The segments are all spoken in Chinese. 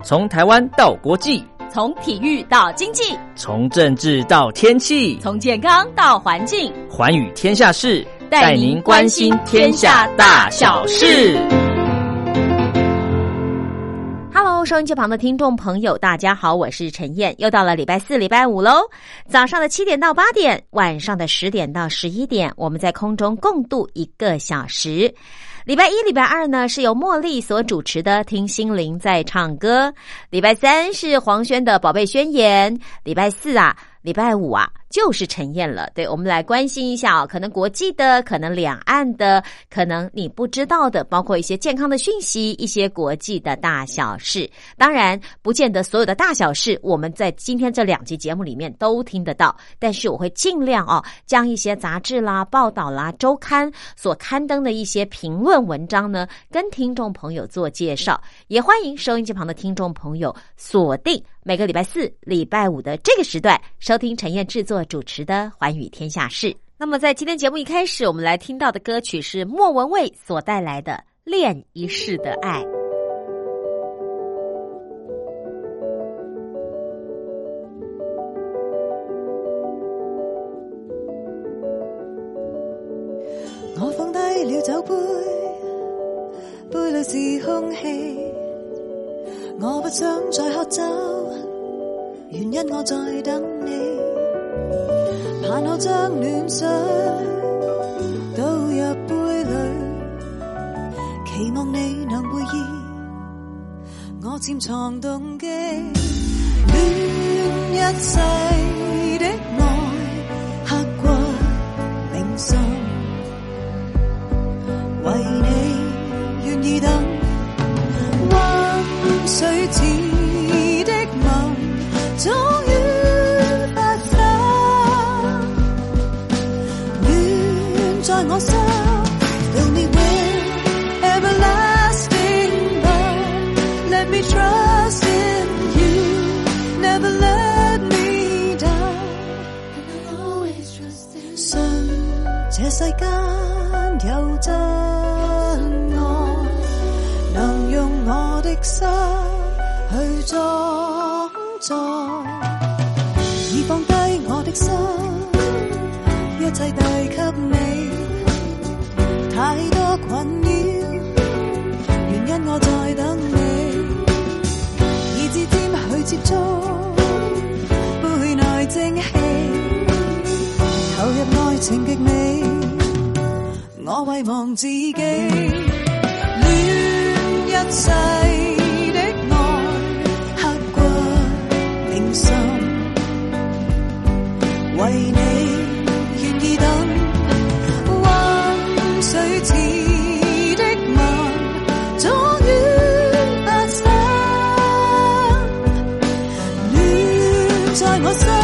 从台湾到国际， 从体育到经济， 从政治到天气， 从健康到环境， 寰宇天下事， 带您关心天下大小事。Hello， 收音机旁的听众朋友，大家好，我是陈燕，又到了礼拜四、礼拜五喽。早上的7点到8点，晚上的10点到11点，我们在空中共度1个小时。礼拜1、礼拜2呢是由茉莉所主持的听心灵在唱歌，礼拜3是黄轩的宝贝宣言，礼拜4礼拜5就是陈燕了。对，我们来关心一下可能国际的，可能两岸的，可能你不知道的，包括一些健康的讯息，一些国际的大小事。当然不见得所有的大小事我们在今天这2集节目里面都听得到，但是我会尽量将一些杂志啦、报道啦、周刊所刊登的一些评论文章呢跟听众朋友做介绍。也欢迎收音机旁的听众朋友锁定每个礼拜4、礼拜5的这个时段收听陈燕制作主持的寰宇天下事。那么在今天节目一开始，我们来听到的歌曲是莫文蔚所带来的《恋一世的爱》。 我放低了酒杯，杯裏是空氣，我不想再喝酒，原因我在等你，盼我將暖水倒入杯裏，期望你能會意我潛藏動機，戀一世的愛刻骨銘心，為你願意等溫水似的夢終於發生，戀在我心 Fill me with everlasting love, let me trust in you, never let me down, and I'll always trust in you. 信這世間有真愛，能用我的心去裝載，已放低我的心，一切遞給你，太多困擾，原因我在等你，以指尖去接觸，杯內蒸氣，投入愛情極美，我遺忘自己，戀一世的愛刻骨銘心，為你願意等溫水似的夢終於發生，戀在我心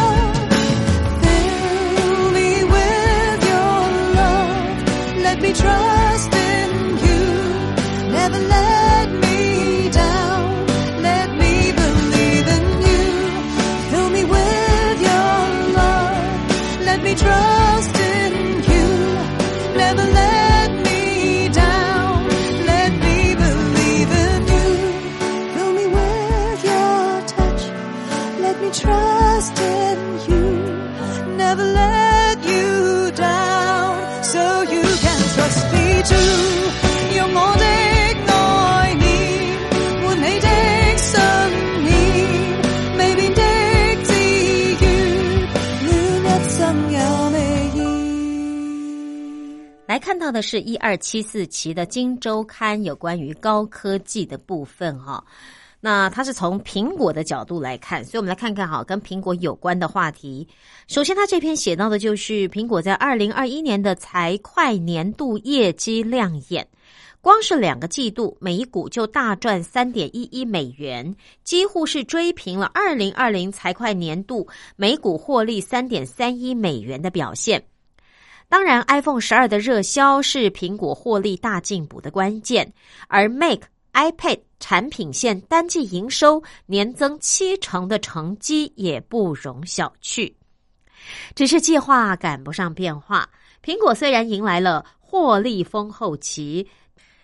，Fill me with your love, let me trust in you, never let me down, let me believe in you, fill me with your love, let me trust in you, never let me down, let me believe in you, fill me with your touch, let me trust in you, never let you down, so you can trust me too, 用我的愛念換你的信念，未變的志願，戀一生有你意。 来看到的是1274期的《今周刊》有关于高科技的部分那它是从苹果的角度来看，所以我们来看看跟苹果有关的话题。首先它这篇写到的就是苹果在2021年的财会年度业绩亮眼，光是2个季度每一股就大赚 3.11 美元，几乎是追平了2020财会年度每股获利 3.31 美元的表现。当然 iPhone 12的热销是苹果获利大进步的关键，而 Mac、iPad 产品线单季营收年增70%的成绩也不容小觑。只是计划赶不上变化，苹果虽然迎来了获利丰厚期，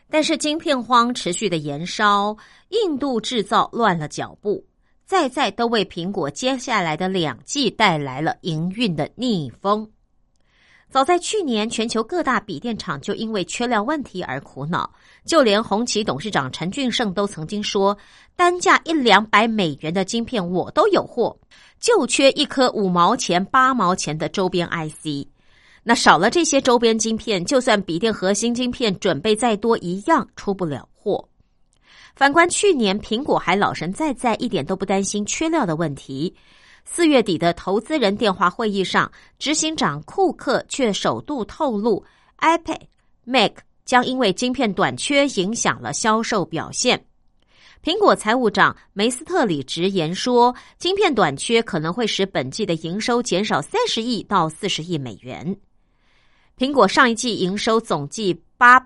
但是晶片荒持续的延烧，印度制造乱了脚步，在都为苹果接下来的2季带来了营运的逆风。早在去年，全球各大笔电厂就因为缺料问题而苦恼，就连红旗董事长陈俊盛都曾经说，单价100-200美元的晶片我都有货，就缺一颗5毛钱、8毛钱的周边 IC。那少了这些周边晶片，就算笔电核心晶片准备再多，一样出不了货。反观去年，苹果还老神在一点都不担心缺料的问题。4月底的投资人电话会议上，执行长库克却首度透露 iPad、Mac 将因为晶片短缺影响了销售表现。苹果财务长梅斯特里直言说，晶片短缺可能会使本季的营收减少30亿到40亿美元。苹果上一季营收总计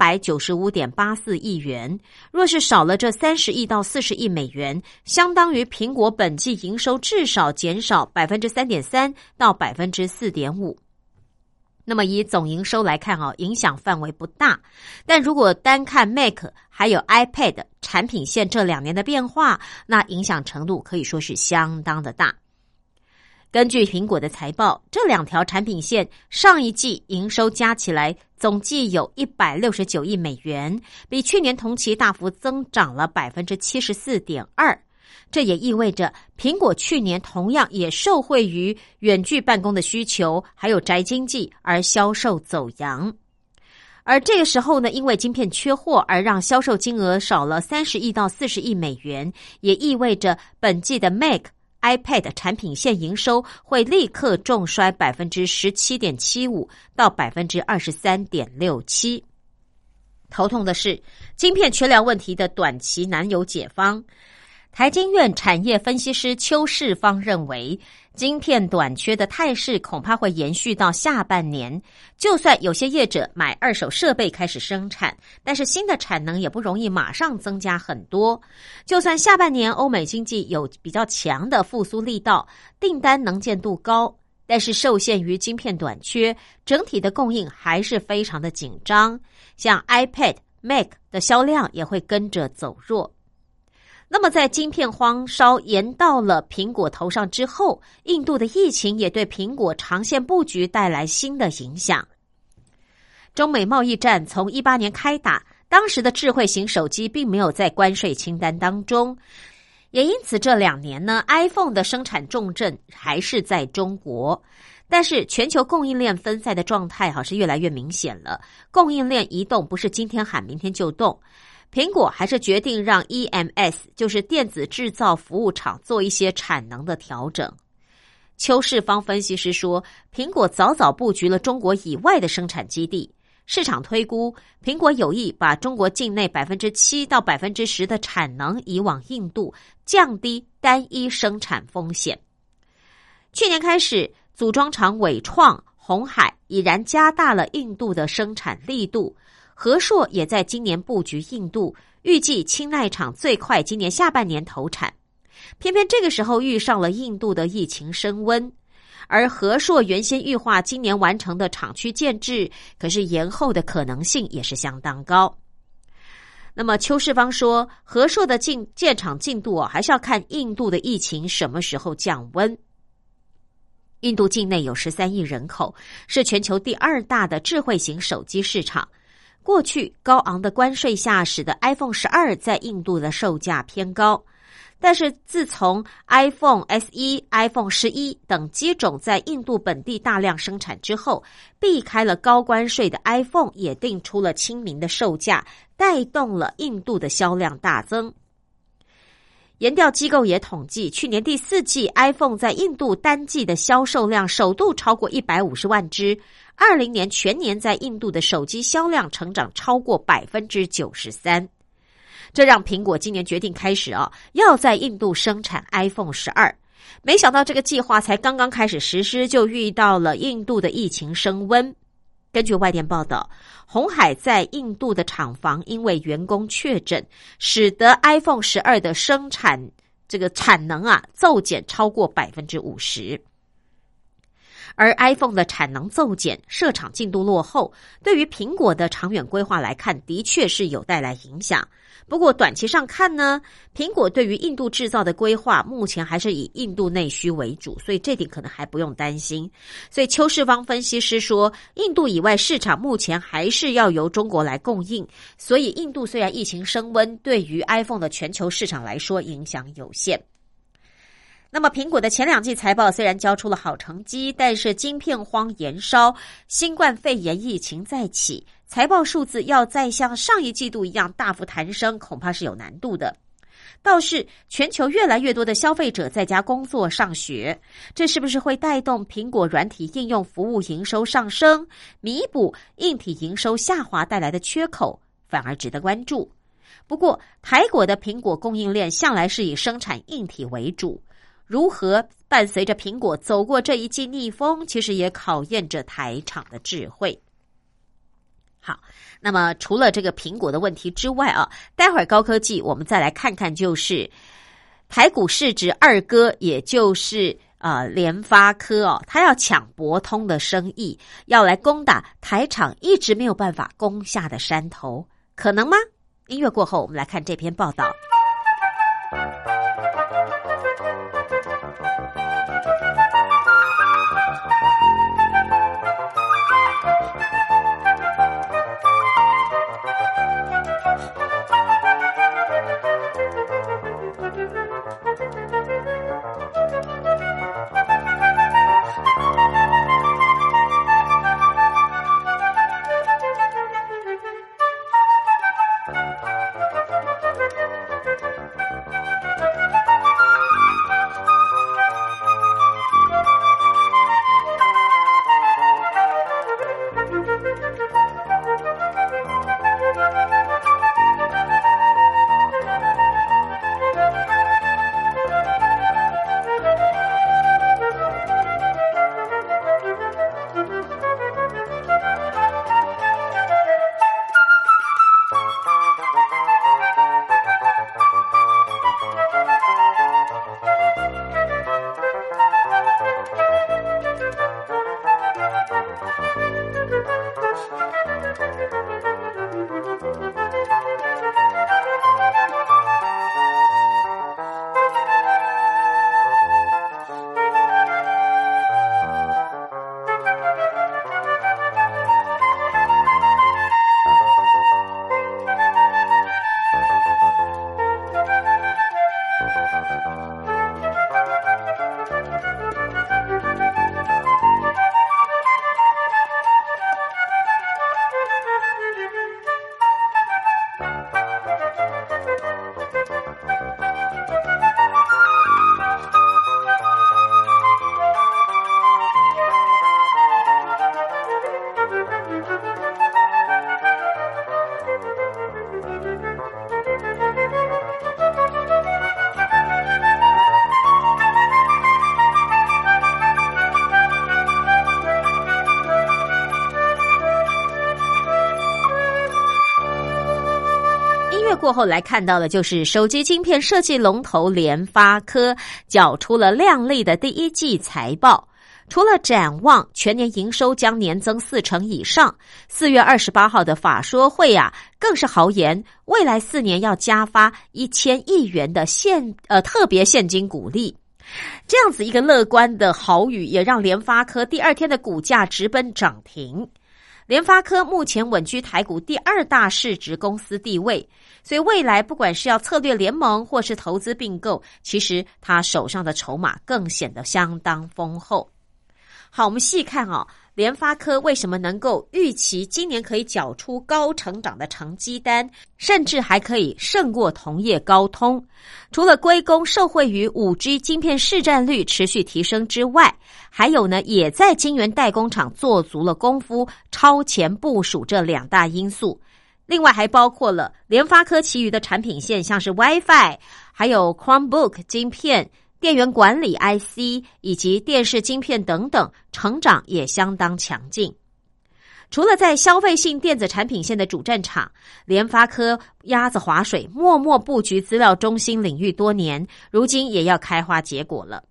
895.84亿元，若是少了这30亿到40亿美元，相当于苹果本季营收至少减少 3.3% 到 4.5%。那么以总营收来看影响范围不大，但如果单看 Mac 还有 iPad 产品线这2年的变化，那影响程度可以说是相当的大。根据苹果的财报，这2条产品线上一季营收加起来总计有169亿美元，比去年同期大幅增长了 74.2%。这也意味着苹果去年同样也受惠于远距办公的需求，还有宅经济而销售走扬。而这个时候呢，因为晶片缺货而让销售金额少了30亿到40亿美元，也意味着本季的 Mac、iPad 产品线营收会立刻重衰 17.75% 到 23.67%。头痛的是，晶片缺料问题的短期难有解方。台经院产业分析师邱世芳认为，晶片短缺的态势恐怕会延续到下半年。就算有些业者买2手设备开始生产，但是新的产能也不容易马上增加很多。就算下半年欧美经济有比较强的复苏力道，订单能见度高，但是受限于晶片短缺，整体的供应还是非常的紧张。像 iPad、Mac 的销量也会跟着走弱。那么在晶片荒烧延到了苹果头上之后，印度的疫情也对苹果长线布局带来新的影响。中美贸易战从18年开打，当时的智慧型手机并没有在关税清单当中，也因此这2年呢 ，iPhone 的生产重镇还是在中国。但是全球供应链分散的状态是越来越明显了，供应链移动不是今天喊明天就动。苹果还是决定让 EMS， 就是电子制造服务厂做一些产能的调整。邱世芳分析师说，苹果早布局了中国以外的生产基地，市场推估苹果有意把中国境内 7% 到 10% 的产能移往印度，降低单一生产风险。去年开始，组装厂伟创、鸿海已然加大了印度的生产力度，和硕也在今年布局印度，预计氢耐厂最快今年下半年投产。偏偏这个时候遇上了印度的疫情升温，而和硕原先预划今年完成的厂区建制，可是延后的可能性也是相当高。那么邱世芳说，和硕的建厂进度还是要看印度的疫情什么时候降温。印度境内有13亿人口，是全球第2大的智慧型手机市场。过去高昂的关税下使得 iPhone 12在印度的售价偏高，但是自从 iPhone SE、iPhone 11等机种在印度本地大量生产之后，避开了高关税的 iPhone 也定出了亲民的售价，带动了印度的销量大增。研调机构也统计，去年第4季 iPhone 在印度单季的销售量首度超过150万只，20年全年在印度的手机销量成长超过 93%。这让苹果今年决定开始要在印度生产 iPhone 12。没想到这个计划才刚刚开始实施，就遇到了印度的疫情升温。根据外电报道，鸿海在印度的厂房因为员工确诊，使得 iPhone 12的生产产能骤减超过 50%。 而 iPhone 的产能骤减，设厂进度落后，对于苹果的长远规划来看，的确是有带来影响。不过短期上看呢，苹果对于印度制造的规划目前还是以印度内需为主，所以这点可能还不用担心。所以邱世芳分析师说，印度以外市场目前还是要由中国来供应，所以印度虽然疫情升温，对于 iPhone 的全球市场来说影响有限。那么苹果的前2季财报虽然交出了好成绩，但是晶片荒延烧，新冠肺炎疫情再起，财报数字要再像上一季度一样大幅弹升，恐怕是有难度的。倒是全球越来越多的消费者在家工作上学，这是不是会带动苹果软体应用服务营收上升，弥补硬体营收下滑带来的缺口，反而值得关注。不过台国的苹果供应链向来是以生产硬体为主，如何伴随着苹果走过这一季逆风，其实也考验着台厂的智慧。好，那么除了这个苹果的问题之外啊，待会儿高科技我们再来看看，就是台股市值二哥，也就是联发科哦，他要抢博通的生意，要来攻打台厂一直没有办法攻下的山头，可能吗？音乐过后，我们来看这篇报道。过后来看到的就是手机晶片设计龙头联发科缴出了亮丽的第一季财报，除了展望全年营收将年增40%以上，4月28号的法说会更是豪言未来4年要加发1000亿元的特别现金股利。这样子一个乐观的豪语，也让联发科第二天的股价直奔涨停。联发科目前稳居台股第2大市值公司地位，所以未来不管是要策略联盟或是投资并购，其实他手上的筹码更显得相当丰厚。好，我们细看联发科为什么能够预期今年可以缴出高成长的成绩单，甚至还可以胜过同业高通。除了归功受惠于 5G 晶片市占率持续提升之外，还有呢，也在晶圆代工厂做足了功夫，超前部署这2大因素。另外还包括了联发科其余的产品线，像是 WiFi， 还有 Chromebook 晶片、电源管理 IC 以及电视晶片等等，成长也相当强劲。除了在消费性电子产品线的主战场，联发科鸭子划水，默默布局资料中心领域多年，如今也要开花结果了。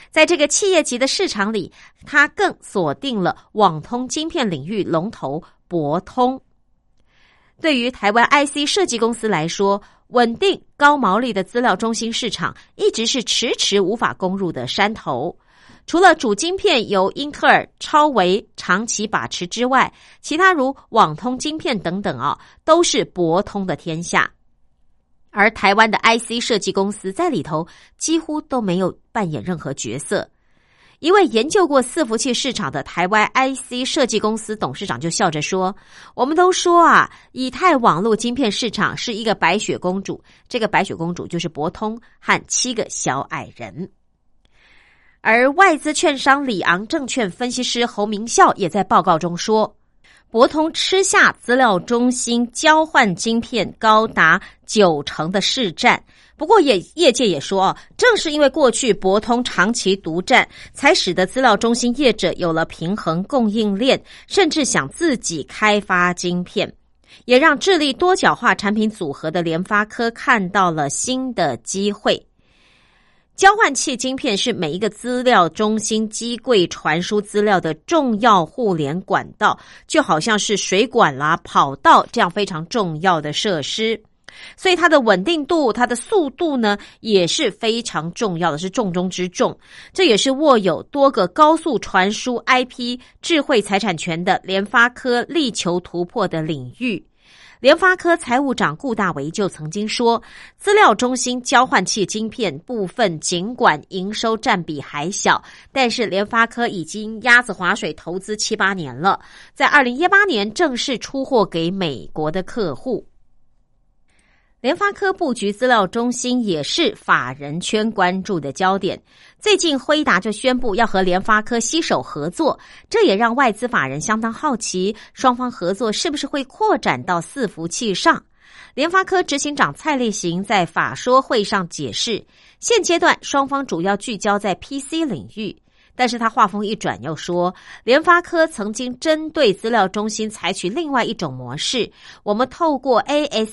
在这个企业级的市场里，它更锁定了网通晶片领域龙头博通。对于台湾 IC 设计公司来说，稳定高毛利的资料中心市场一直是迟迟无法攻入的山头。除了主晶片由英特尔、超微长期把持之外，其他如网通晶片等等都是博通的天下。而台湾的 IC 设计公司在里头几乎都没有扮演任何角色。一位研究过伺服器市场的台湾 IC 设计公司董事长就笑着说，我们都说以太网络晶片市场是一个白雪公主，这个白雪公主就是博通和7个小矮人。而外资券商里昂证券分析师侯明孝也在报告中说，博通吃下资料中心交换晶片高达90%的市占。不过业界也说，正是因为过去博通长期独占，才使得资料中心业者有了平衡供应链，甚至想自己开发晶片，也让致力多角化产品组合的联发科看到了新的机会。交换器晶片是每一个资料中心机柜传输资料的重要互联管道，就好像是水管啦、跑道这样非常重要的设施，所以它的稳定度、它的速度呢也是非常重要的，是重中之重。这也是握有多个高速传输 IP 智慧财产权的联发科力求突破的领域。联发科财务长顾大为就曾经说，资料中心交换器晶片部分尽管营收占比还小，但是联发科已经鸭子划水投资7-8年了，在2018年正式出货给美国的客户。联发科布局资料中心也是法人圈关注的焦点。最近辉达就宣布要和联发科携手合作，这也让外资法人相当好奇，双方合作是不是会扩展到伺服器上。联发科执行长蔡力行在法说会上解释，现阶段双方主要聚焦在 PC 领域。但是他话锋一转又说，联发科曾经针对资料中心采取另外一种模式，我们透过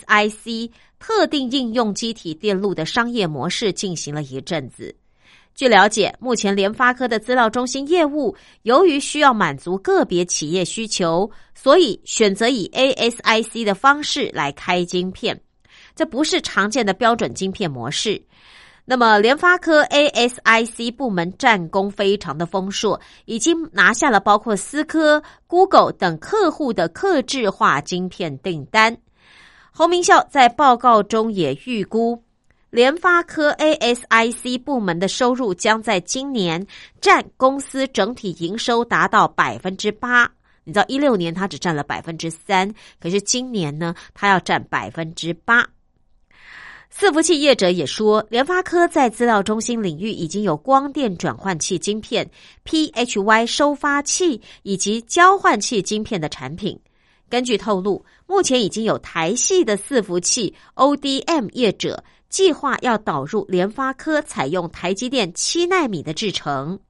ASIC 特定应用机体电路的商业模式进行了一阵子。据了解，目前联发科的资料中心业务由于需要满足个别企业需求，所以选择以 ASIC 的方式来开晶片，这不是常见的标准晶片模式。那么联发科 ASIC 部门战功非常的丰硕，已经拿下了包括思科、Google 等客户的客制化晶片订单。侯明孝在报告中也预估，联发科 ASIC 部门的收入将在今年占公司整体营收达到 8%。 你知道16年它只占了 3%， 可是今年呢，它要占 8%。伺服器业者也说，联发科在资料中心领域已经有光电转换器晶片、PHY 收发器以及交换器晶片的产品。根据透露，目前已经有台系的伺服器 ODM 业者计划要导入联发科采用台积电7奈米的制程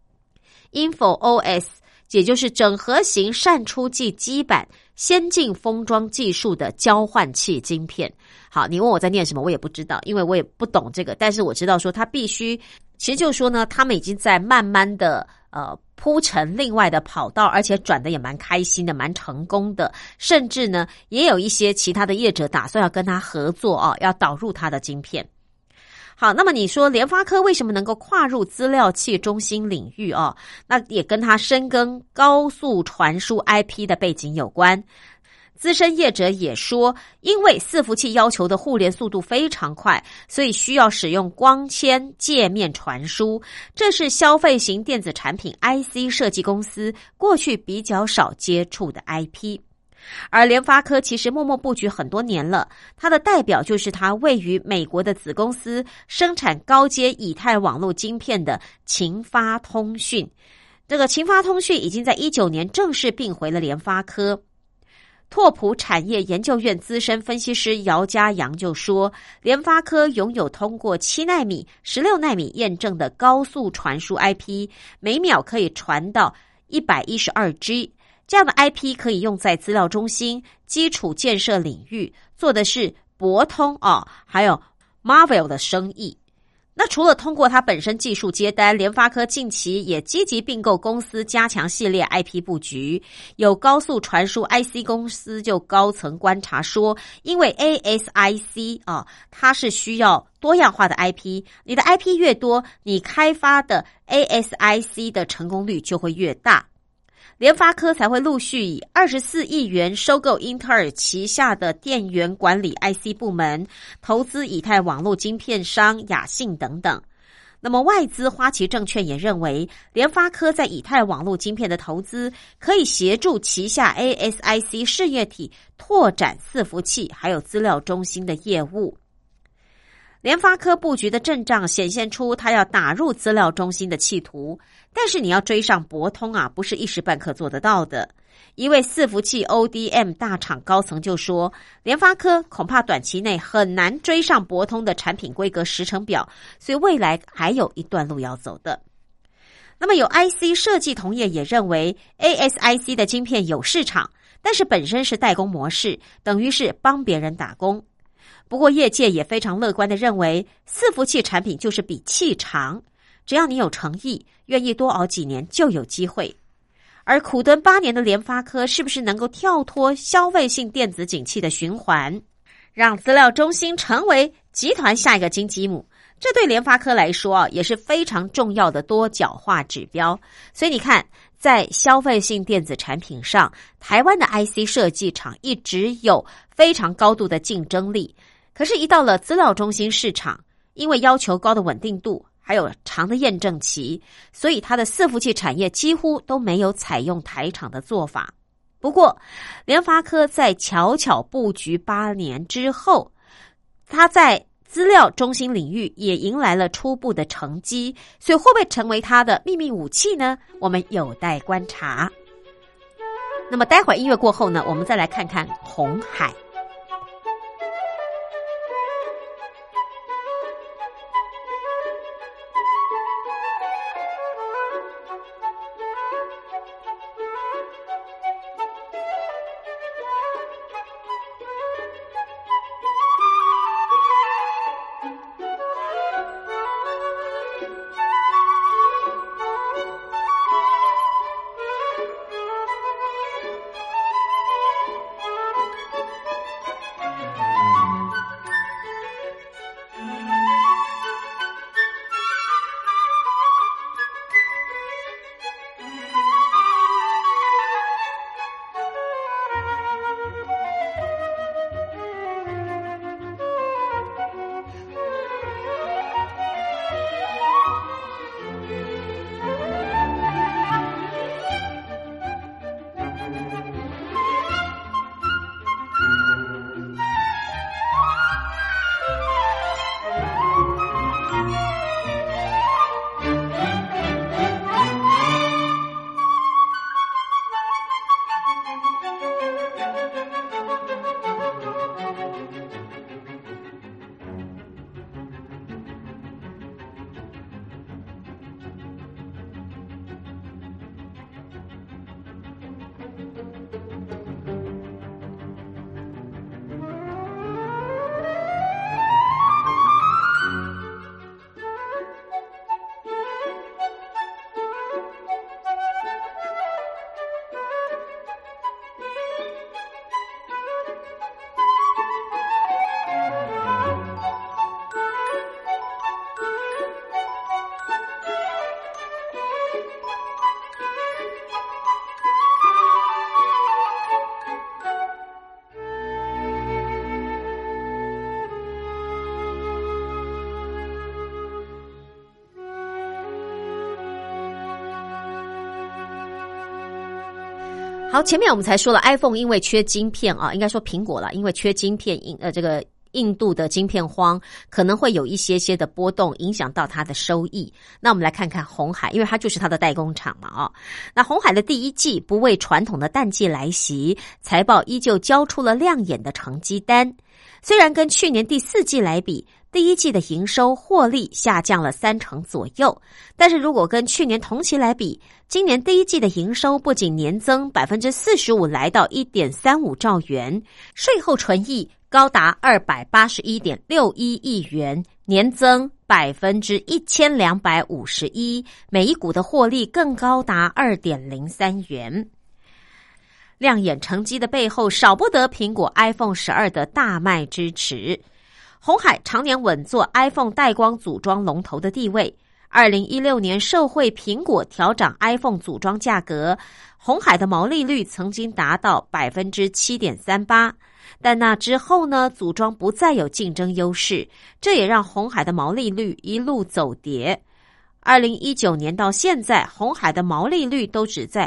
InfoOS， 也就是整合型扇出剂基板先进封装技术的交换器晶片。好，你问我在念什么，我也不知道，因为我也不懂这个，但是我知道说它必须，其实就是说呢，他们已经在慢慢的铺成另外的跑道，而且转的也蛮开心的，蛮成功的，甚至呢也有一些其他的业者打算要跟他合作要导入他的晶片。好，那么你说联发科为什么能够跨入资料器中心领域那也跟他深耕高速传输 IP 的背景有关。资深业者也说，因为伺服器要求的互联速度非常快，所以需要使用光纤界面传输，这是消费型电子产品 IC 设计公司过去比较少接触的 IP。而联发科其实默默布局很多年了，它的代表就是它位于美国的子公司，生产高阶以太网络晶片的勤发通讯。这个勤发通讯已经在19年正式并回了联发科。拓普产业研究院资深分析师姚家阳就说，联发科拥有通过7奈米、16奈米验证的高速传输 IP， 每秒可以传到 112G， 这样的 IP 可以用在资料中心、基础建设领域，做的是博通还有 Marvell 的生意。 那除了通过它本身技术接单，联发科近期也积极并购公司，加强系列 IP 布局。有高速传输 IC 公司就高层观察说，因为 ASIC 它是需要多样化的 IP， 你的 IP 越多，你开发的 ASIC 的成功率就会越大。联发科才会陆续以24亿元收购英特尔旗下的电源管理 IC 部门，投资以太网络晶片商雅信等等。那么外资花旗证券也认为，联发科在以太网络晶片的投资可以协助旗下 ASIC 事业体拓展伺服器还有资料中心的业务。联发科布局的阵仗显现出它要打入资料中心的企图，但是你要追上博通不是一时半刻做得到的。一位伺服器 ODM 大厂高层就说，联发科恐怕短期内很难追上博通的产品规格时程表，所以未来还有一段路要走的。那么有 IC 设计同业也认为 ASIC 的晶片有市场，但是本身是代工模式，等于是帮别人打工。不过业界也非常乐观地认为，伺服器产品就是比气长，只要你有诚意，愿意多熬几年就有机会。而苦蹲8年的联发科是不是能够跳脱消费性电子景气的循环，让资料中心成为集团下一个金鸡母？这对联发科来说也是非常重要的多角化指标。所以你看，在消费性电子产品上，台湾的 IC 设计厂一直有非常高度的竞争力。可是，一到了资料中心市场，因为要求高的稳定度，还有长的验证期，所以它的伺服器产业几乎都没有采用台厂的做法。不过，联发科在巧巧布局8年之后，它在资料中心领域也迎来了初步的成绩，所以会不会成为它的秘密武器呢？我们有待观察。那么待会儿音乐过后呢，我们再来看看鸿海。好，前面我们才说了 iPhone 因为缺晶片应该说苹果啦，因为缺晶片，这个印度的晶片荒可能会有一些的波动，影响到它的收益。那我们来看看鸿海，因为它就是它的代工厂嘛那鸿海的第一季不为传统的淡季来袭，财报依旧交出了亮眼的成绩单。虽然跟去年第4季来比，第一季的营收获利下降了30%左右，但是如果跟去年同期来比，今年第一季的营收不仅年增 45%， 来到 1.35 兆元，税后纯益高达 281.61 亿元，年增 1251%，每一股的获利更高达 2.03 元。亮眼成绩的背后，少不得苹果 iPhone 12的大卖支持。鸿海常年稳坐 iPhone 带光组装龙头的地位。2016年受惠苹果调涨 iPhone 组装价格，鸿海的毛利率曾经达到 7.38%， 但那之后呢，组装不再有竞争优势，这也让鸿海的毛利率一路走跌。2019年到现在，鸿海的毛利率都只在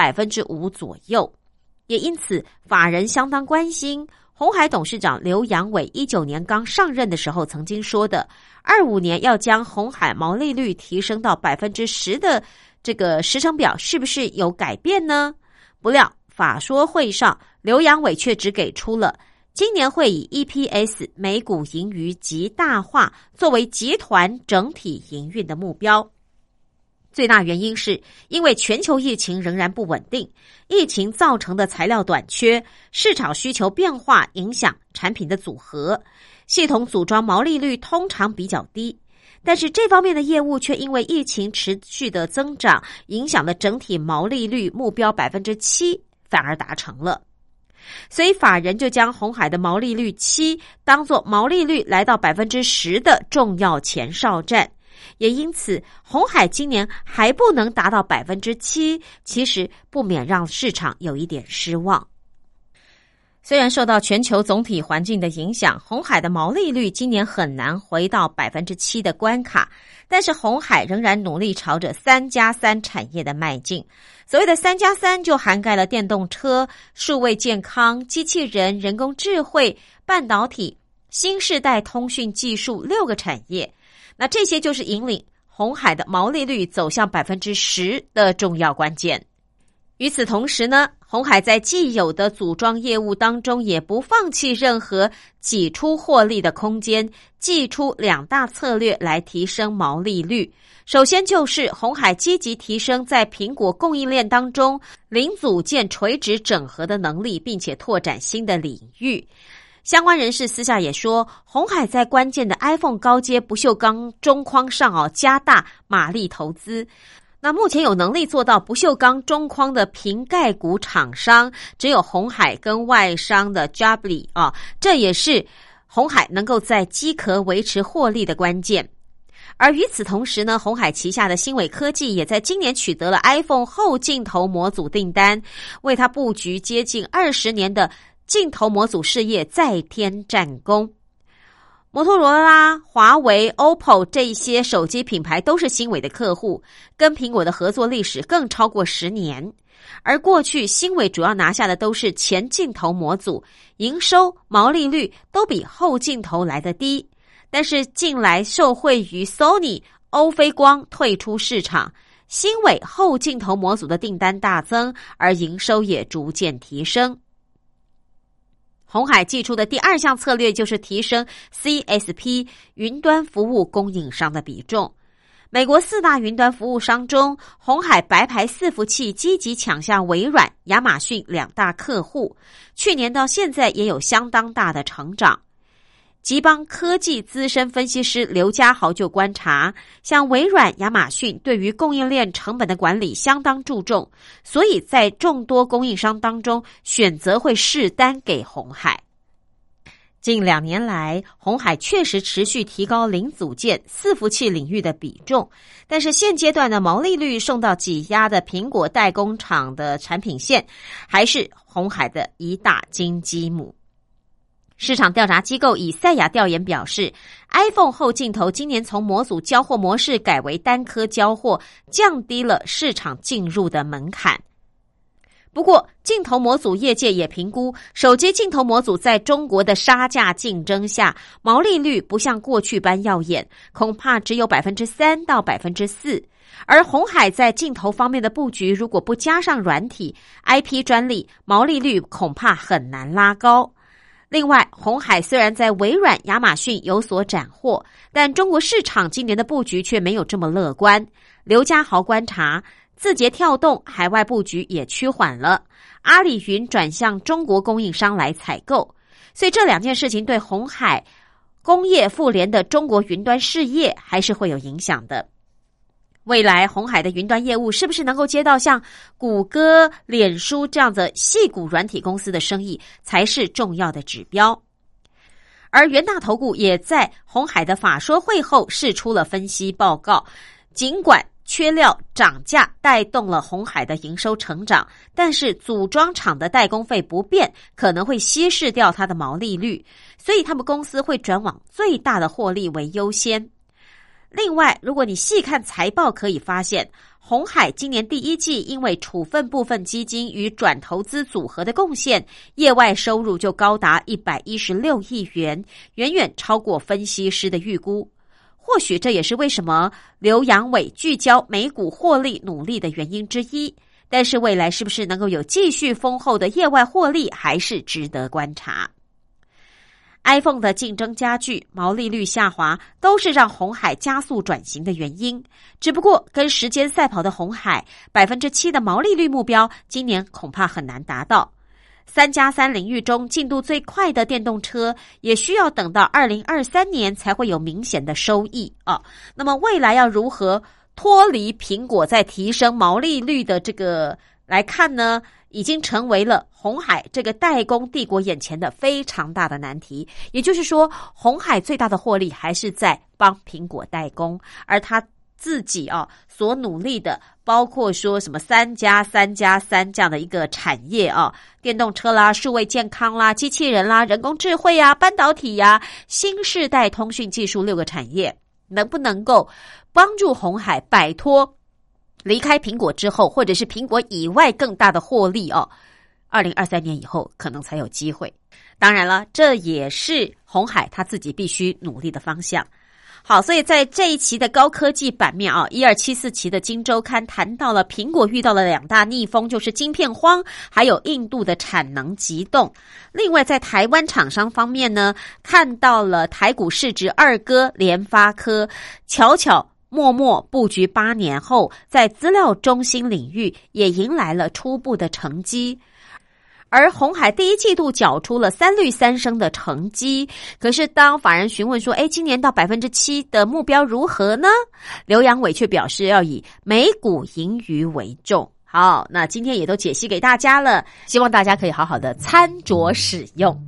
5% 左右，也因此法人相当关心。鸿海董事长刘扬伟19年刚上任的时候曾经说的25年要将鸿海毛利率提升到 10% 的这个时程表是不是有改变呢？不料法说会上，刘扬伟却只给出了今年会以 EPS 每股盈余极大化作为集团整体营运的目标。最大原因是因为全球疫情仍然不稳定，疫情造成的材料短缺，市场需求变化影响产品的组合，系统组装毛利率通常比较低，但是这方面的业务却因为疫情持续的增长，影响了整体毛利率目标 7%， 反而达成了。所以法人就将鸿海的毛利率7当作毛利率来到 10% 的重要前哨战。也因此，鸿海今年还不能达到 7%， 其实不免让市场有一点失望。虽然受到全球总体环境的影响，鸿海的毛利率今年很难回到 7% 的关卡，但是鸿海仍然努力朝着3+3产业的迈进。所谓的3+3就涵盖了电动车、数位健康、机器人、人工智慧、半导体、新世代通讯技术6个产业。那这些就是引领鸿海的毛利率走向 10% 的重要关键。与此同时呢，鸿海在既有的组装业务当中也不放弃任何挤出获利的空间，祭出2大策略来提升毛利率。首先就是鸿海积极提升在苹果供应链当中零组件垂直整合的能力，并且拓展新的领域。相关人士私下也说，鸿海在关键的 iPhone 高阶不锈钢中框上加大马力投资。那目前有能力做到不锈钢中框的瓶盖股厂商只有鸿海跟外商的 Jabli 这也是鸿海能够在机壳维持获利的关键。而与此同时呢，鸿海旗下的新伟科技也在今年取得了 iPhone 后镜头模组订单，为它布局接近20年的镜头模组事业再添战功。摩托罗拉、华为、OPPO 这些手机品牌都是新伟的客户，跟苹果的合作历史更超过10年。而过去新伟主要拿下的都是前镜头模组，营收、毛利率都比后镜头来得低。但是近来受惠于 Sony、欧菲光退出市场，新伟后镜头模组的订单大增，而营收也逐渐提升。鸿海祭出的第2项策略就是提升 CSP 云端服务供应商的比重。美国4大云端服务商中，鸿海白牌伺服器积极抢下微软、亚马逊2大客户，去年到现在也有相当大的成长。吉邦科技资深分析师刘家豪就观察，像微软、亚马逊对于供应链成本的管理相当注重，所以在众多供应商当中选择会试单给鸿海。近2年来，鸿海确实持续提高零组件、伺服器领域的比重，但是现阶段的毛利率受到挤压的苹果代工厂的产品线，还是鸿海的一大金鸡母。市场调查机构以赛亚调研表示， iPhone 后镜头今年从模组交货模式改为单颗交货，降低了市场进入的门槛。不过镜头模组业界也评估，手机镜头模组在中国的杀价竞争下，毛利率不像过去般耀眼，恐怕只有 3% 到 4%。而鸿海在镜头方面的布局，如果不加上软体、IP 专利，毛利率恐怕很难拉高。另外，鸿海虽然在微软、亚马逊有所斩获，但中国市场今年的布局却没有这么乐观。刘家豪观察，字节跳动海外布局也趋缓了，阿里云转向中国供应商来采购，所以这2件事情对鸿海工业妇联的中国云端事业还是会有影响的。未来鸿海的云端业务是不是能够接到像谷歌、脸书这样的矽谷软体公司的生意，才是重要的指标。而元大投顾也在鸿海的法说会后释出了分析报告，尽管缺料涨价带动了鸿海的营收成长，但是组装厂的代工费不变，可能会稀释掉它的毛利率，所以他们公司会转往最大的获利为优先。另外，如果你细看财报，可以发现鸿海今年第一季因为处分部分基金与转投资组合的贡献，业外收入就高达116亿元，远远超过分析师的预估。或许这也是为什么刘扬伟聚焦美股获利努力的原因之一，但是未来是不是能够有继续丰厚的业外获利，还是值得观察。iPhone 的竞争加剧，毛利率下滑，都是让鸿海加速转型的原因。只不过跟时间赛跑的鸿海 7% 的毛利率目标，今年恐怕很难达到。3+3领域中进度最快的电动车，也需要等到2023年才会有明显的收益啊。那么未来要如何脱离苹果在提升毛利率的这个来看呢，已经成为了鸿海这个代工帝国眼前的非常大的难题。也就是说，鸿海最大的获利还是在帮苹果代工，而他自己所努力的，包括说什么3+3+3这样的一个产业电动车啦、数位健康啦、机器人啦、人工智慧啊、半导体啊、新世代通讯技术6个产业，能不能够帮助鸿海摆脱离开苹果之后，或者是苹果以外更大的获利2023年以后可能才有机会。当然了，这也是鸿海他自己必须努力的方向。好，所以在这一期的高科技版面1274期的今周刊谈到了苹果遇到了2大逆风，就是晶片荒，还有印度的产能急冻。另外在台湾厂商方面呢，看到了台股市值二哥联发科默默布局8年后，在资料中心领域也迎来了初步的成绩。而鸿海第一季度缴出了3率3升的成绩，可是当法人询问说今年到 7% 的目标如何呢？刘扬伟却表示要以每股盈余为重。好，那今天也都解析给大家了，希望大家可以好好的参酌使用。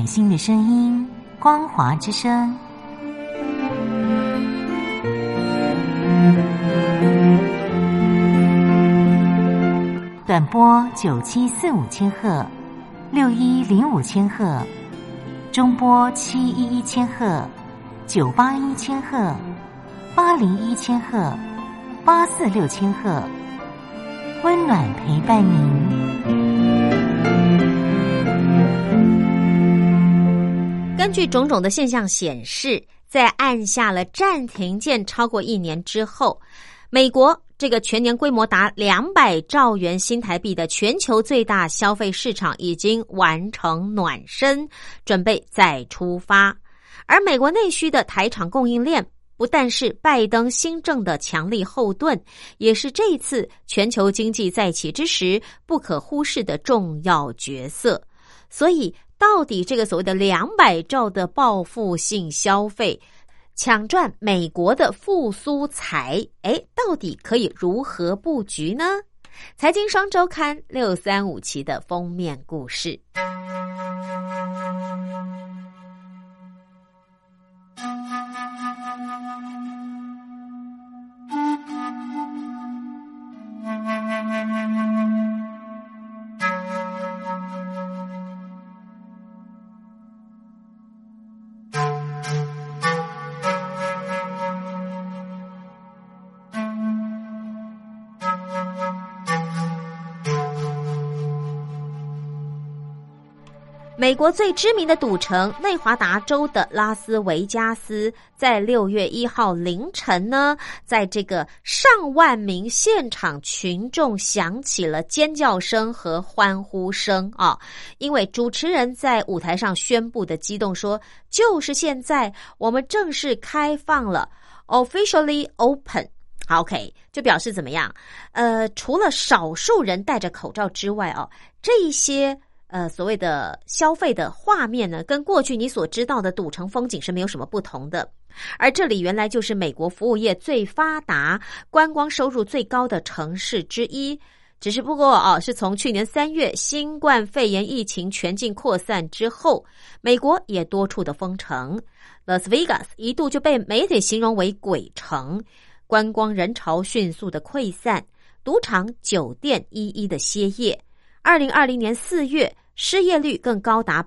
暖心的声音，光华之声。短波9745千赫，6105千赫，中波711千赫，981千赫，801千赫，846千赫，温暖陪伴您。 根据种种的现象显示，在按下了暂停键超过1年之后，美国这个全年规模达200兆元新台币的全球最大消费市场已经完成暖身，准备再出发。而美国内需的台厂供应链不但是拜登新政的强力后盾，也是这一次全球经济再起之时不可忽视的重要角色。所以到底这个所谓的200兆的报复性消费，抢赚美国的复苏财，到底可以如何布局呢？财经双周刊635期的封面故事。美国最知名的赌城内华达州的拉斯维加斯，在6月1号凌晨呢，在这个上万名现场群众响起了尖叫声和欢呼声啊！因为主持人在舞台上宣布的激动说，就是现在我们正式开放了 officially open。OK， 就表示怎么样？除了少数人戴着口罩之外这一些所谓的消费的画面呢，跟过去你所知道的赌城风景是没有什么不同的。而这里原来就是美国服务业最发达、观光收入最高的城市之一，只是不过是从去年3月新冠肺炎疫情全境扩散之后，美国也多处的封城。Las Vegas 一度就被媒体形容为鬼城，观光人潮迅速的溃散，赌场、酒店一一的歇业。2020年4月，失业率更高达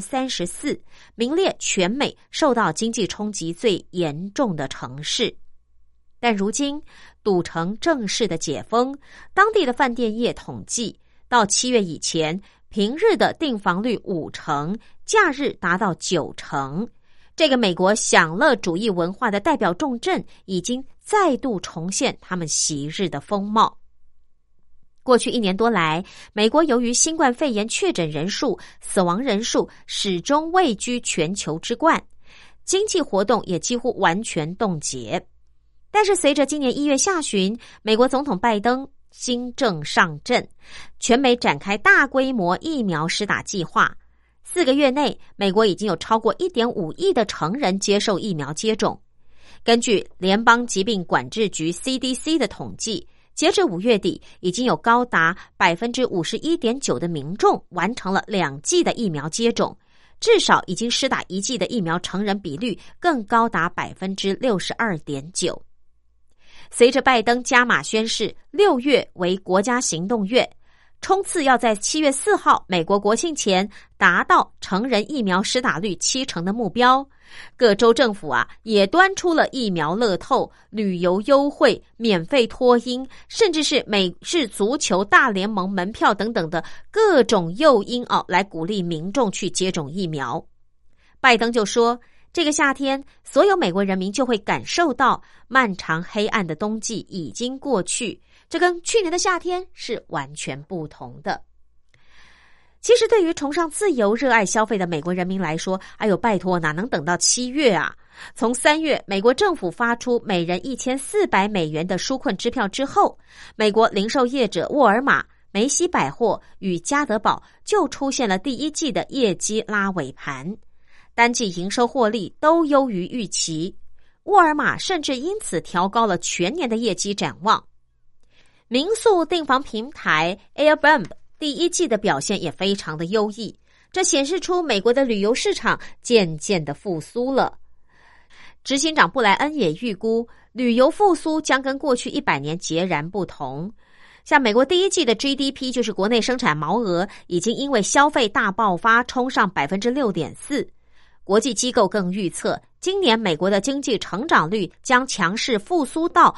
34%， 名列全美受到经济冲击最严重的城市。但如今赌城正式的解封，当地的饭店业统计，到7月以前，平日的订房率50%，假日达到90%。这个美国享乐主义文化的代表重镇已经再度重现他们昔日的风貌。过去1年多来，美国由于新冠肺炎确诊人数、死亡人数始终位居全球之冠，经济活动也几乎完全冻结。但是随着今年1月下旬，美国总统拜登新政上阵，全美展开大规模疫苗施打计划。4个月内，美国已经有超过 1.5 亿的成人接受疫苗接种。根据联邦疾病管制局 CDC 的统计，截至5月底，已经有高达 51.9% 的民众完成了2剂的疫苗接种，至少已经施打1剂的疫苗成人比率更高达 62.9%。随着拜登加码宣示6月为国家行动月，冲刺要在7月4号美国国庆前达到成人疫苗施打率70%的目标。各州政府也端出了疫苗乐透、旅游优惠、免费托婴，甚至是美式足球大联盟门票等等的各种诱因来鼓励民众去接种疫苗。拜登就说，这个夏天所有美国人民就会感受到漫长黑暗的冬季已经过去，这跟去年的夏天是完全不同的。其实对于崇尚自由、热爱消费的美国人民来说，拜托，哪能等到7月啊？从3月美国政府发出每人$1400的纾困支票之后，美国零售业者沃尔玛、梅西百货与家得宝就出现了第1季的业绩拉尾盘，单季营收获利都优于预期，沃尔玛甚至因此调高了全年的业绩展望。民宿订房平台 Airbnb第1季的表现也非常的优异， 这显示出美国的旅游市场渐渐的复苏了。执行长布莱恩也预估，旅游复苏将跟过去100年截然不同。像美国第一季的 GDP 就是国内生产毛额已经因为消费大爆发冲上 6.4%。国际机构更预测，今年美国的经济成长率将强势复苏到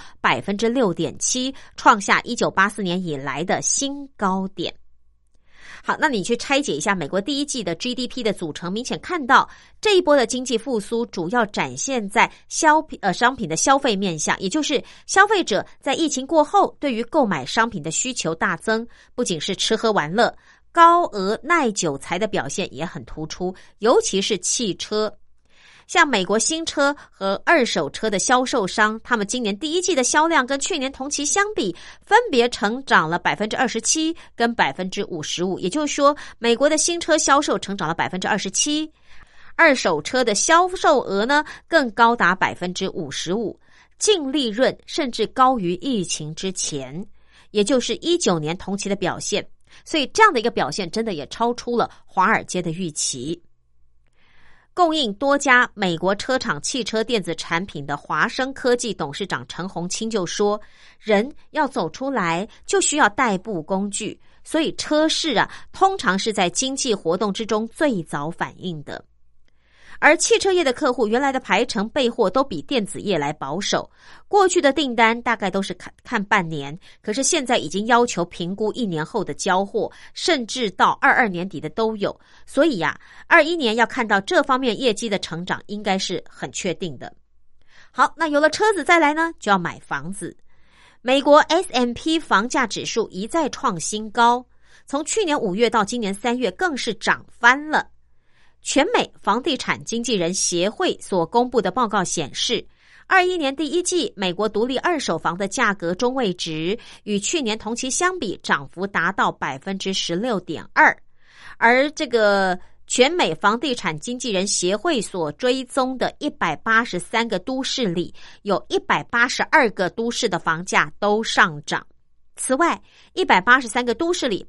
6.7%， 创下1984年以来的新高点。好，那你去拆解一下美国第一季的 GDP 的组成，明显看到这一波的经济复苏主要展现在商品的消费面向，也就是消费者在疫情过后对于购买商品的需求大增，不仅是吃喝玩乐，高额耐久材的表现也很突出，尤其是汽车。像美国新车和二手车的销售商，他们今年第一季的销量跟去年同期相比，分别成长了 27% 跟 55%， 也就是说，美国的新车销售成长了 27%， 二手车的销售额呢更高达 55%， 净利润甚至高于疫情之前，也就是19年同期的表现。所以这样的一个表现真的也超出了华尔街的预期。供应多家美国车厂汽车电子产品的华生科技董事长陈宏清就说，人要走出来就需要代步工具，所以车市通常是在经济活动之中最早反应的。而汽车业的客户原来的排程备货都比电子业来保守，过去的订单大概都是看半年，可是现在已经要求评估1年后的交货，甚至到22年底的都有。所以21年要看到这方面业绩的成长应该是很确定的。好，那有了车子再来呢，就要买房子。美国 S&P 房价指数一再创新高，从去年5月到今年3月更是涨翻了。全美房地产经纪人协会所公布的报告显示，21年第一季美国独立二手房的价格中位值与去年同期相比涨幅达到 16.2%， 而这个全美房地产经纪人协会所追踪的183个都市里，有182个都市的房价都上涨。此外，183个都市里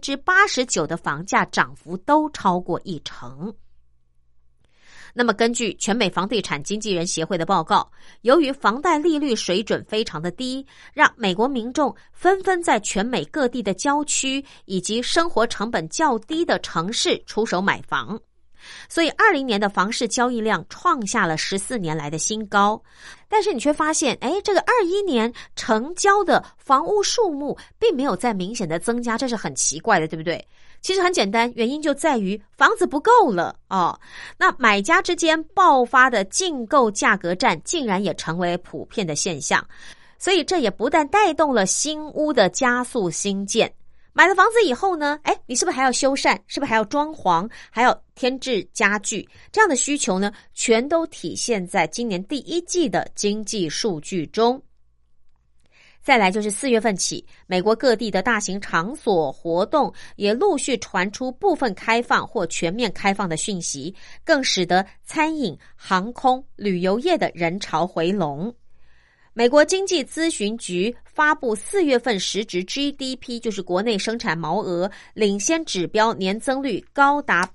89% 的房价涨幅都超过1%。那么根据全美房地产经纪人协会的报告，由于房贷利率水准非常的低，让美国民众纷纷在全美各地的郊区以及生活成本较低的城市出手买房，所以20年的房市交易量创下了14年来的新高。但是你却发现，这个21年成交的房屋数目并没有再明显的增加，这是很奇怪的，对不对？其实很简单，原因就在于房子不够了那买家之间爆发的竞购价格战竟然也成为普遍的现象，所以这也不但带动了新屋的加速兴建。买了房子以后呢，你是不是还要修缮？是不是还要装潢？还要添置家具？这样的需求呢，全都体现在今年第一季的经济数据中。再来就是4月份起，美国各地的大型场所活动也陆续传出部分开放或全面开放的讯息，更使得餐饮、航空、旅游业的人潮回笼。美国经济咨询局发布4月份实质 GDP， 就是国内生产毛额领先指标年增率高达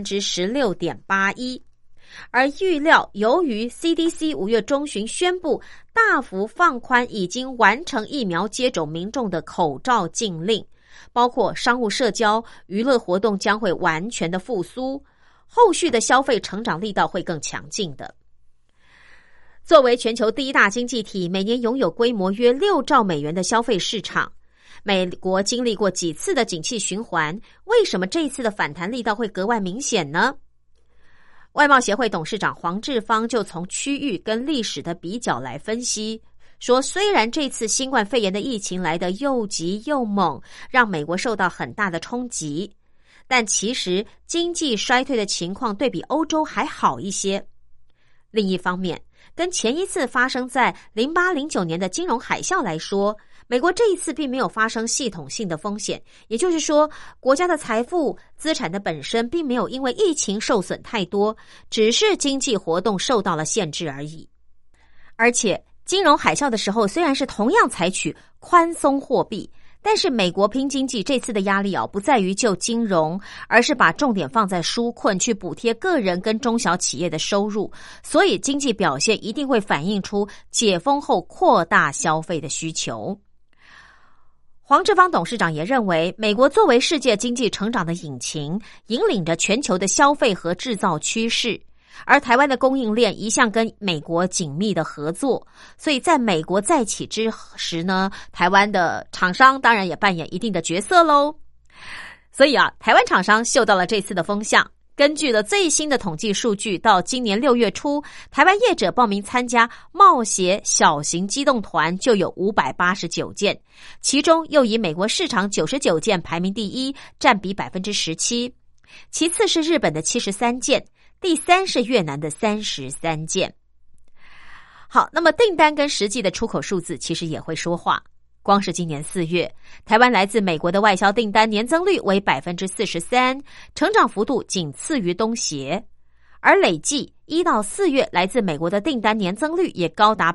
16.81%。而预料由于 CDC 5月中旬宣布大幅放宽已经完成疫苗接种民众的口罩禁令，包括商务社交、娱乐活动将会完全的复苏，后续的消费成长力道会更强劲的。作为全球第一大经济体，每年拥有规模约6兆美元的消费市场，美国经历过几次的景气循环，为什么这一次的反弹力道会格外明显呢？外贸协会董事长黄志芳就从区域跟历史的比较来分析，说虽然这次新冠肺炎的疫情来得又急又猛，让美国受到很大的冲击，但其实经济衰退的情况对比欧洲还好一些。另一方面，跟前一次发生在08-09年的金融海啸来说，美国这一次并没有发生系统性的风险，也就是说，国家的财富、资产的本身并没有因为疫情受损太多，只是经济活动受到了限制而已。而且，金融海啸的时候虽然是同样采取宽松货币， 但是美国拼经济这次的压力不在于救金融，而是把重点放在纾困，去补贴个人跟中小企业的收入，所以经济表现一定会反映出解封后扩大消费的需求。黄志芳董事长也认为，美国作为世界经济成长的引擎，引领着全球的消费和制造趋势，而台湾的供应链一向跟美国紧密的合作，所以在美国再起之时呢，台湾的厂商当然也扮演一定的角色咯。所以台湾厂商嗅到了这次的风向。根据了最新的统计数据，到今年6月初，台湾业者报名参加贸协小型机动团就有589件，其中又以美国市场99件排名第一，占比 17%， 其次是日本的73件，第三是越南的33件。好，那么订单跟实际的出口数字其实也会说话。光是今年4月，台湾来自美国的外销订单年增率为 43%， 成长幅度仅次于东协，而累计1到4月来自美国的订单年增率也高达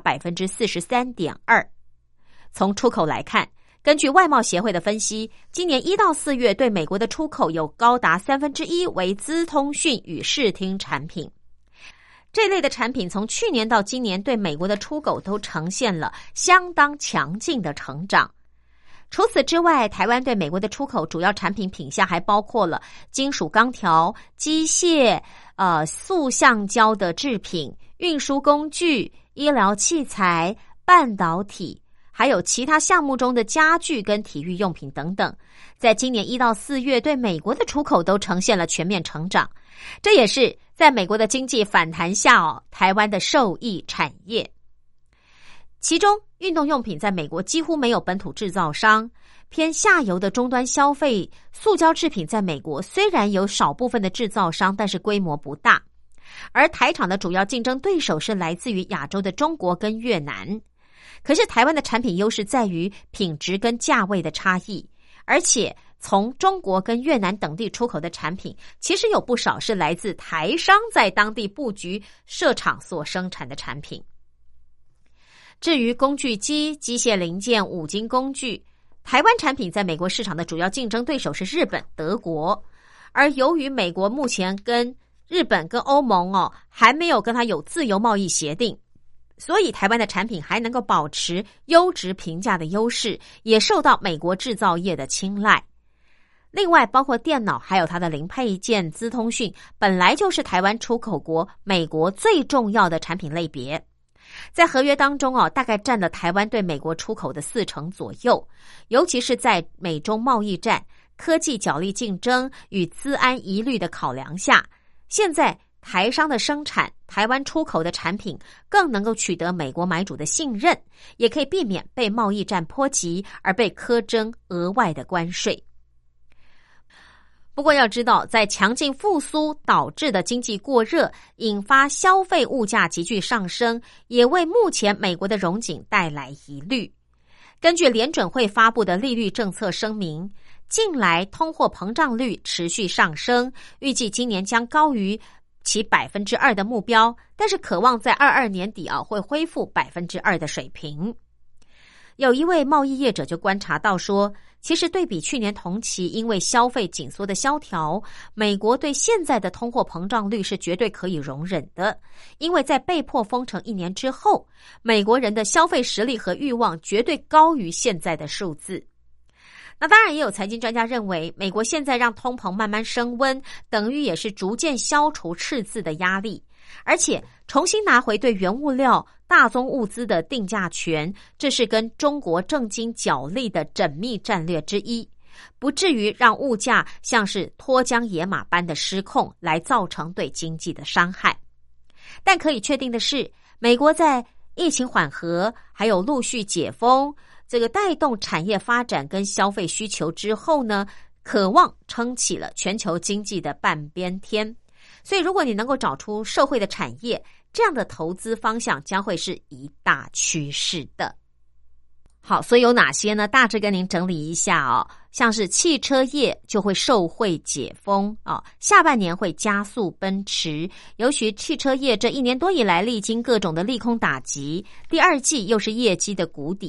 43.2%。 从出口来看，根据外贸协会的分析，今年1到4月对美国的出口有高达1/3为资通讯与视听产品。这类的产品从去年到今年对美国的出口都呈现了相当强劲的成长。除此之外，台湾对美国的出口主要产品品项还包括了金属钢条、机械、塑橡胶的制品、运输工具、医疗器材、半导体，还有其他项目中的家具跟体育用品等等。在今年1到4月对美国的出口都呈现了全面成长，这也是在美国的经济反弹下台湾的受益产业。其中运动用品在美国几乎没有本土制造商，偏下游的终端消费塑胶制品在美国虽然有少部分的制造商，但是规模不大，而台厂的主要竞争对手是来自于亚洲的中国跟越南。可是台湾的产品优势在于品质跟价位的差异，而且从中国跟越南等地出口的产品，其实有不少是来自台商在当地布局设厂所生产的产品。至于工具机、机械零件、五金工具，台湾产品在美国市场的主要竞争对手是日本、德国，而由于美国目前跟日本跟欧盟还没有跟它有自由贸易协定，所以台湾的产品还能够保持优质评价的优势，也受到美国制造业的青睐。另外包括电脑还有它的零配件、资通讯，本来就是台湾出口国美国最重要的产品类别。在合约当中大概占了台湾对美国出口的40%左右，尤其是在美中贸易战、科技角力竞争与资安疑虑的考量下，现在台商的生产、台湾出口的产品更能够取得美国买主的信任，也可以避免被贸易战波及而被苛征额外的关税。不过要知道，在强劲复苏导致的经济过热，引发消费物价急剧上升，也为目前美国的荣景带来疑虑。根据联准会发布的利率政策声明，近来通货膨胀率持续上升，预计今年将高于其 2% 的目标，但是渴望在22年底会恢复 2% 的水平。有一位贸易业者就观察到说，其实对比去年同期因为消费紧缩的萧条，美国对现在的通货膨胀率是绝对可以容忍的，因为在被迫封城1年之后，美国人的消费实力和欲望绝对高于现在的数字。那当然也有财经专家认为，美国现在让通膨慢慢升温，等于也是逐渐消除赤字的压力，而且重新拿回对原物料、大宗物资的定价权，这是跟中国政经角力的缜密战略之一，不至于让物价像是脱缰野马般的失控，来造成对经济的伤害。但可以确定的是，美国在疫情缓和还有陆续解封，这个带动产业发展跟消费需求之后呢，渴望撑起了全球经济的半边天。所以如果你能够找出社会的产业，这样的投资方向将会是一大趋势的。好，所以有哪些呢？大致跟您整理一下像是汽车业就会受惠解封下半年会加速奔驰，尤其汽车业这1年多以来历经各种的利空打击，第二季又是业绩的谷底，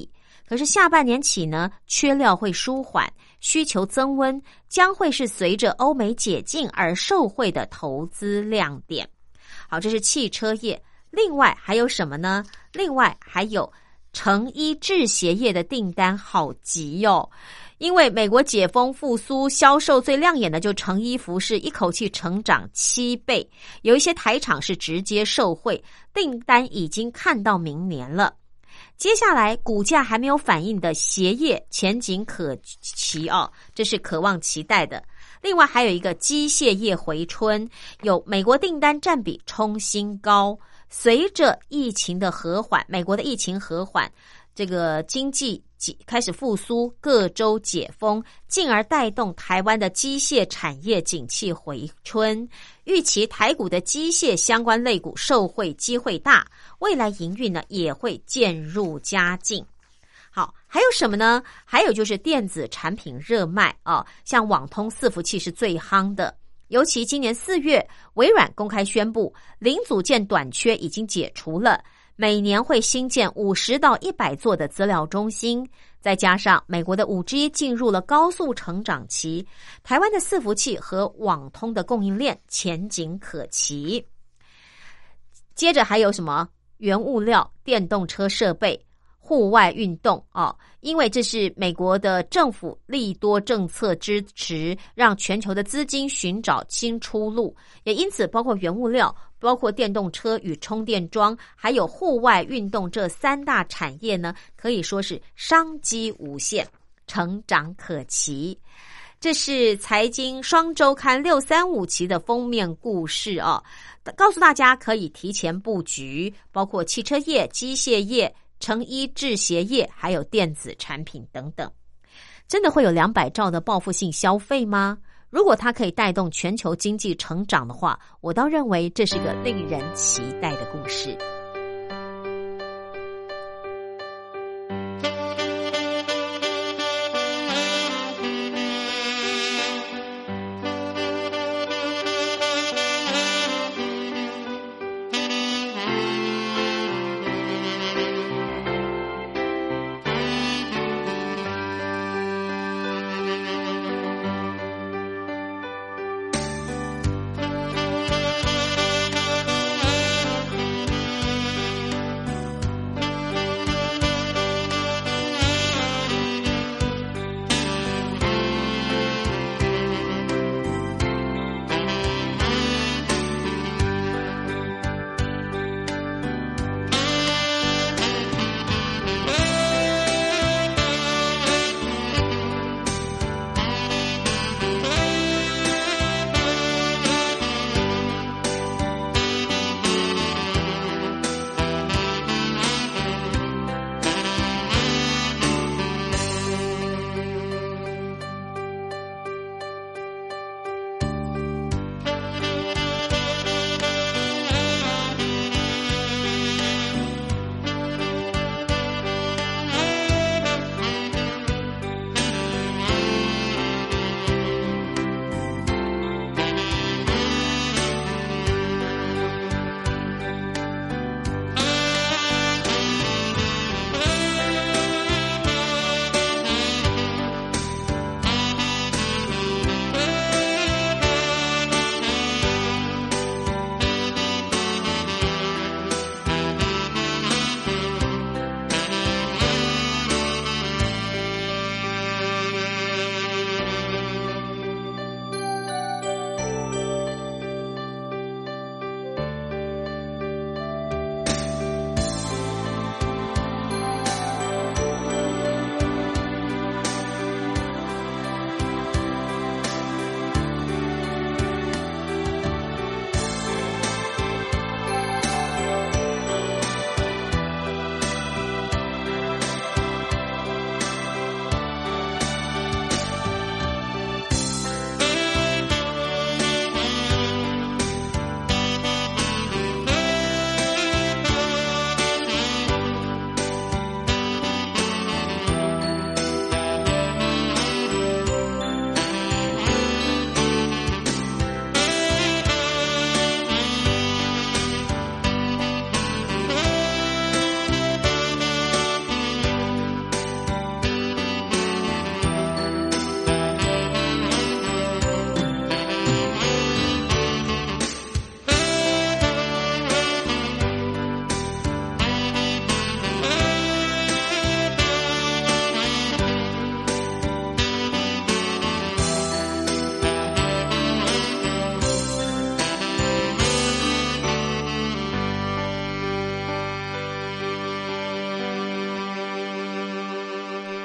可是下半年起呢，缺料会舒缓，需求增温，将会是随着欧美解禁而受惠的投资亮点。好，这是汽车业。另外还有什么呢？另外还有成衣制鞋业的订单好急哦。因为美国解封复苏，销售最亮眼的就成衣服饰一口气成长7倍，有一些台厂是直接受惠，订单已经看到明年了。接下来股价还没有反应的鞋业前景可期哦，这是可望期待的。另外还有一个机械业回春，有美国订单占比冲新高，随着疫情的和缓，美国的疫情和缓，这个经济开始复苏，各州解封，进而带动台湾的机械产业景气回春。预期台股的机械相关类股受惠机会大，未来营运呢也会渐入佳境。好，还有什么呢？还有就是电子产品热卖啊，像网通伺服器是最夯的。尤其今年4月，微软公开宣布，零组件短缺已经解除了，每年会新建50到100座的资料中心，再加上美国的 5G 进入了高速成长期，台湾的伺服器和网通的供应链前景可期。接着还有什么？原物料、电动车设备、户外运动啊，因为这是美国的政府利多政策支持，让全球的资金寻找新出路，也因此包括原物料、包括电动车与充电桩，还有户外运动这3大产业呢，可以说是商机无限，成长可期。这是财经双周刊635期的封面故事哦，告诉大家可以提前布局，包括汽车业、机械业、成衣制鞋业，还有电子产品等等。真的会有200兆的报复性消费吗？如果它可以带动全球经济成长的话，我倒认为这是个令人期待的故事。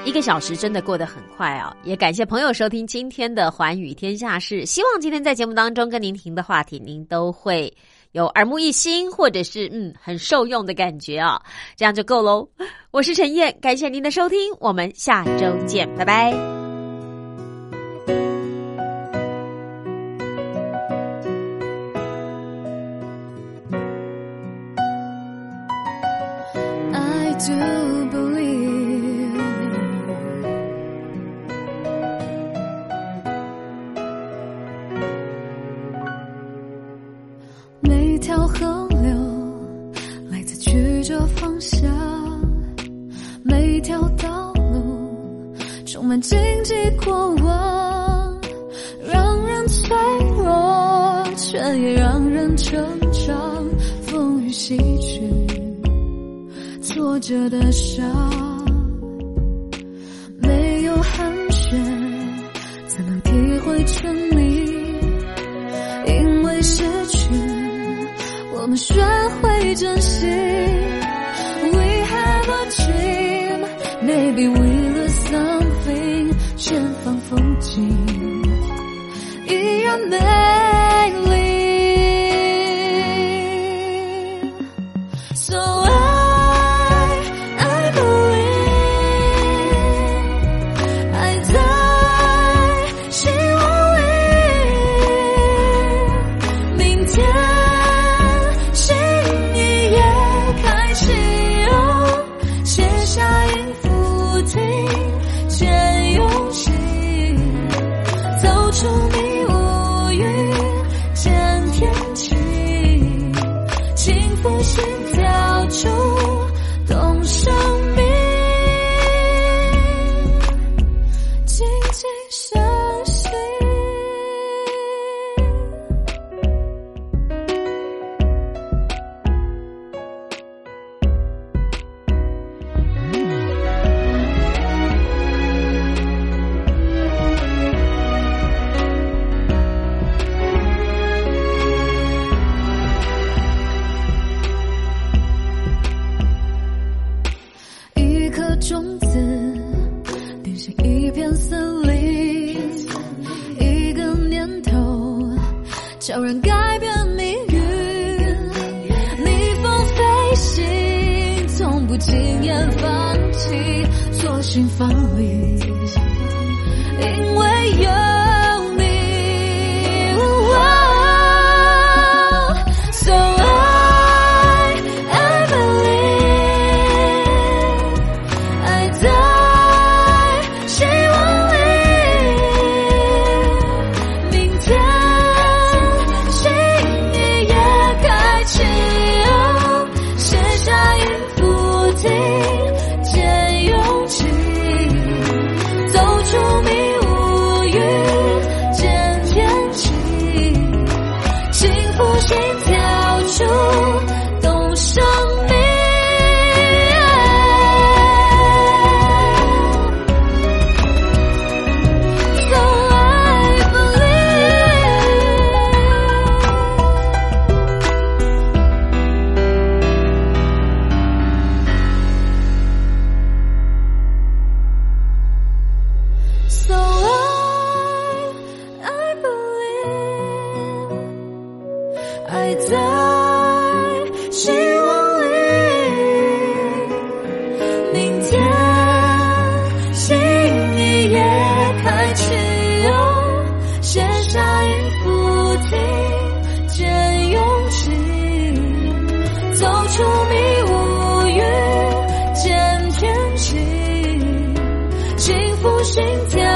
1个小时真的过得很快哦，也感谢朋友收听今天的寰宇天下事。希望今天在节目当中跟您听的话题，您都会有耳目一新，或者是很受用的感觉哦，这样就够咯。我是陈燕，感谢您的收听，我们下周见，拜拜。 I do believe每条河流来自曲折方向，每条道路充满荆棘过往，让人脆弱，却也让人成长。风雨洗去挫折的伤，没有寒雪怎能体会全力，因为失去我们学会珍惜。 We have a dream, maybe we lose something， 前方风景依然美丽。So心跳出动生命，紧紧相信。种子点醒一片森林，一个念头悄然改变命运。逆风飞行，从不轻言放弃，索性放力，因为有你。So爱在希望里，明天心意也开启，写下一幅听见勇气，走出迷雾与见天际，幸福心跳